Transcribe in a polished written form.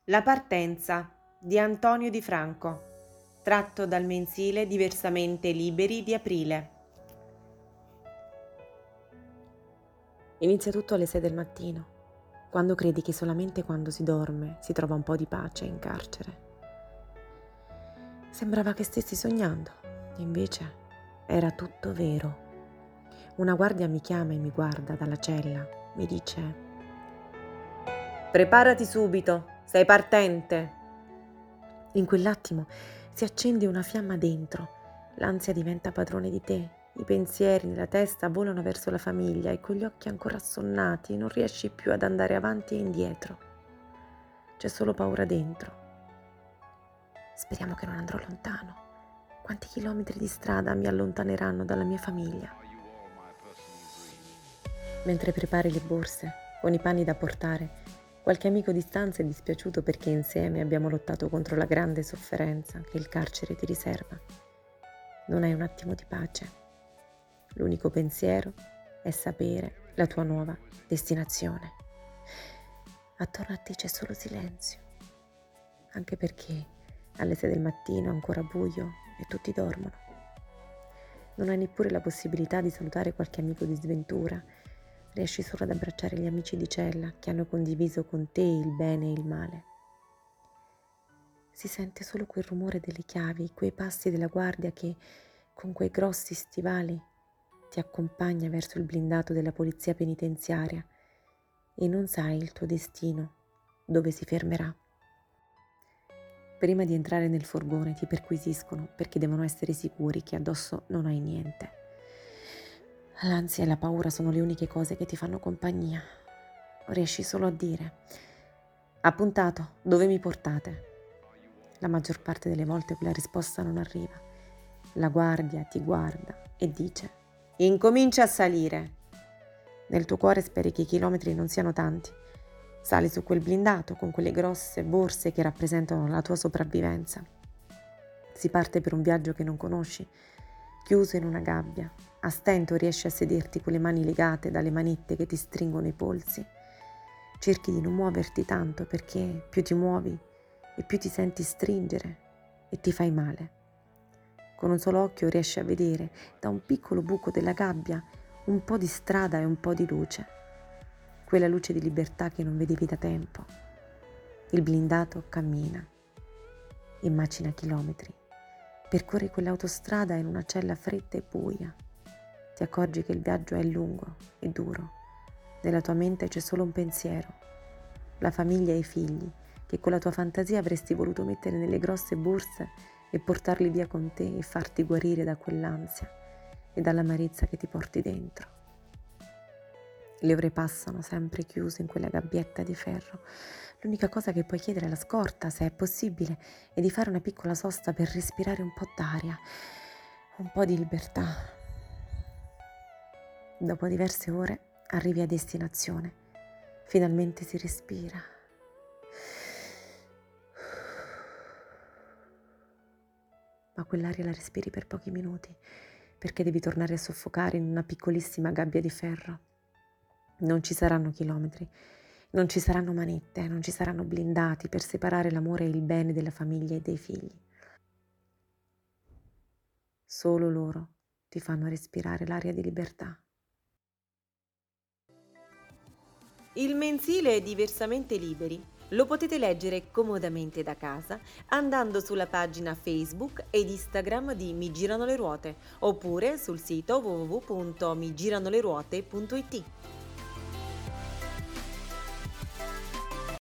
La partenza di Antonio Di Franco, tratto dal mensile Diversamente Liberi di aprile. Inizia tutto alle 6 del mattino, quando credi che solamente quando si dorme si trova un po' di pace in carcere. Sembrava che stessi sognando, invece era tutto vero. Una guardia mi chiama e mi guarda dalla cella, mi dice: "Preparati subito, sei partente". In quell'attimo si accende una fiamma dentro, l'ansia diventa padrone di te, i pensieri nella testa volano verso la famiglia e con gli occhi ancora assonnati non riesci più ad andare avanti e indietro. C'è solo paura dentro. Speriamo che non andrò lontano. Quanti chilometri di strada mi allontaneranno dalla mia famiglia? Mentre prepari le borse, con i panni da portare, qualche amico di stanza è dispiaciuto perché insieme abbiamo lottato contro la grande sofferenza che il carcere ti riserva. Non hai un attimo di pace. L'unico pensiero è sapere la tua nuova destinazione. Attorno a te c'è solo silenzio, anche perché alle 6 del mattino è ancora buio e tutti dormono. Non hai neppure la possibilità di salutare qualche amico di sventura. Riesci solo ad abbracciare gli amici di cella che hanno condiviso con te il bene e il male. Si sente solo quel rumore delle chiavi, quei passi della guardia che, con quei grossi stivali, ti accompagna verso il blindato della polizia penitenziaria e non sai il tuo destino, dove si fermerà. Prima di entrare nel furgone ti perquisiscono perché devono essere sicuri che addosso non hai niente. L'ansia e la paura sono le uniche cose che ti fanno compagnia. Riesci solo a dire: "Appuntato, dove mi portate?". La maggior parte delle volte quella risposta non arriva. La guardia ti guarda e dice: "Incomincia a salire". Nel tuo cuore speri che i chilometri non siano tanti. Sali su quel blindato con quelle grosse borse che rappresentano la tua sopravvivenza. Si parte per un viaggio che non conosci, chiuso in una gabbia. A stento riesci a sederti con le mani legate dalle manette che ti stringono i polsi. Cerchi di non muoverti tanto perché più ti muovi e più ti senti stringere e ti fai male. Con un solo occhio riesci a vedere da un piccolo buco della gabbia un po' di strada e un po' di luce. Quella luce di libertà che non vedevi da tempo. Il blindato cammina e macina chilometri. Percorri quell'autostrada in una cella fredda e buia. Ti accorgi che il viaggio è lungo e duro. Nella tua mente c'è solo un pensiero: la famiglia e i figli, che con la tua fantasia avresti voluto mettere nelle grosse borse e portarli via con te e farti guarire da quell'ansia e dall'amarezza che ti porti dentro. Le ore passano sempre chiuse in quella gabbietta di ferro. L'unica cosa che puoi chiedere alla scorta, se è possibile, è di fare una piccola sosta per respirare un po' d'aria, un po' di libertà. Dopo diverse ore arrivi a destinazione. Finalmente si respira. Ma quell'aria la respiri per pochi minuti, perché devi tornare a soffocare in una piccolissima gabbia di ferro. Non ci saranno chilometri, non ci saranno manette, non ci saranno blindati per separare l'amore e il bene della famiglia e dei figli. Solo loro ti fanno respirare l'aria di libertà. Il mensile Diversamente Liberi lo potete leggere comodamente da casa andando sulla pagina Facebook ed Instagram di Mi Girano le Ruote oppure sul sito www.migiranoleruote.it.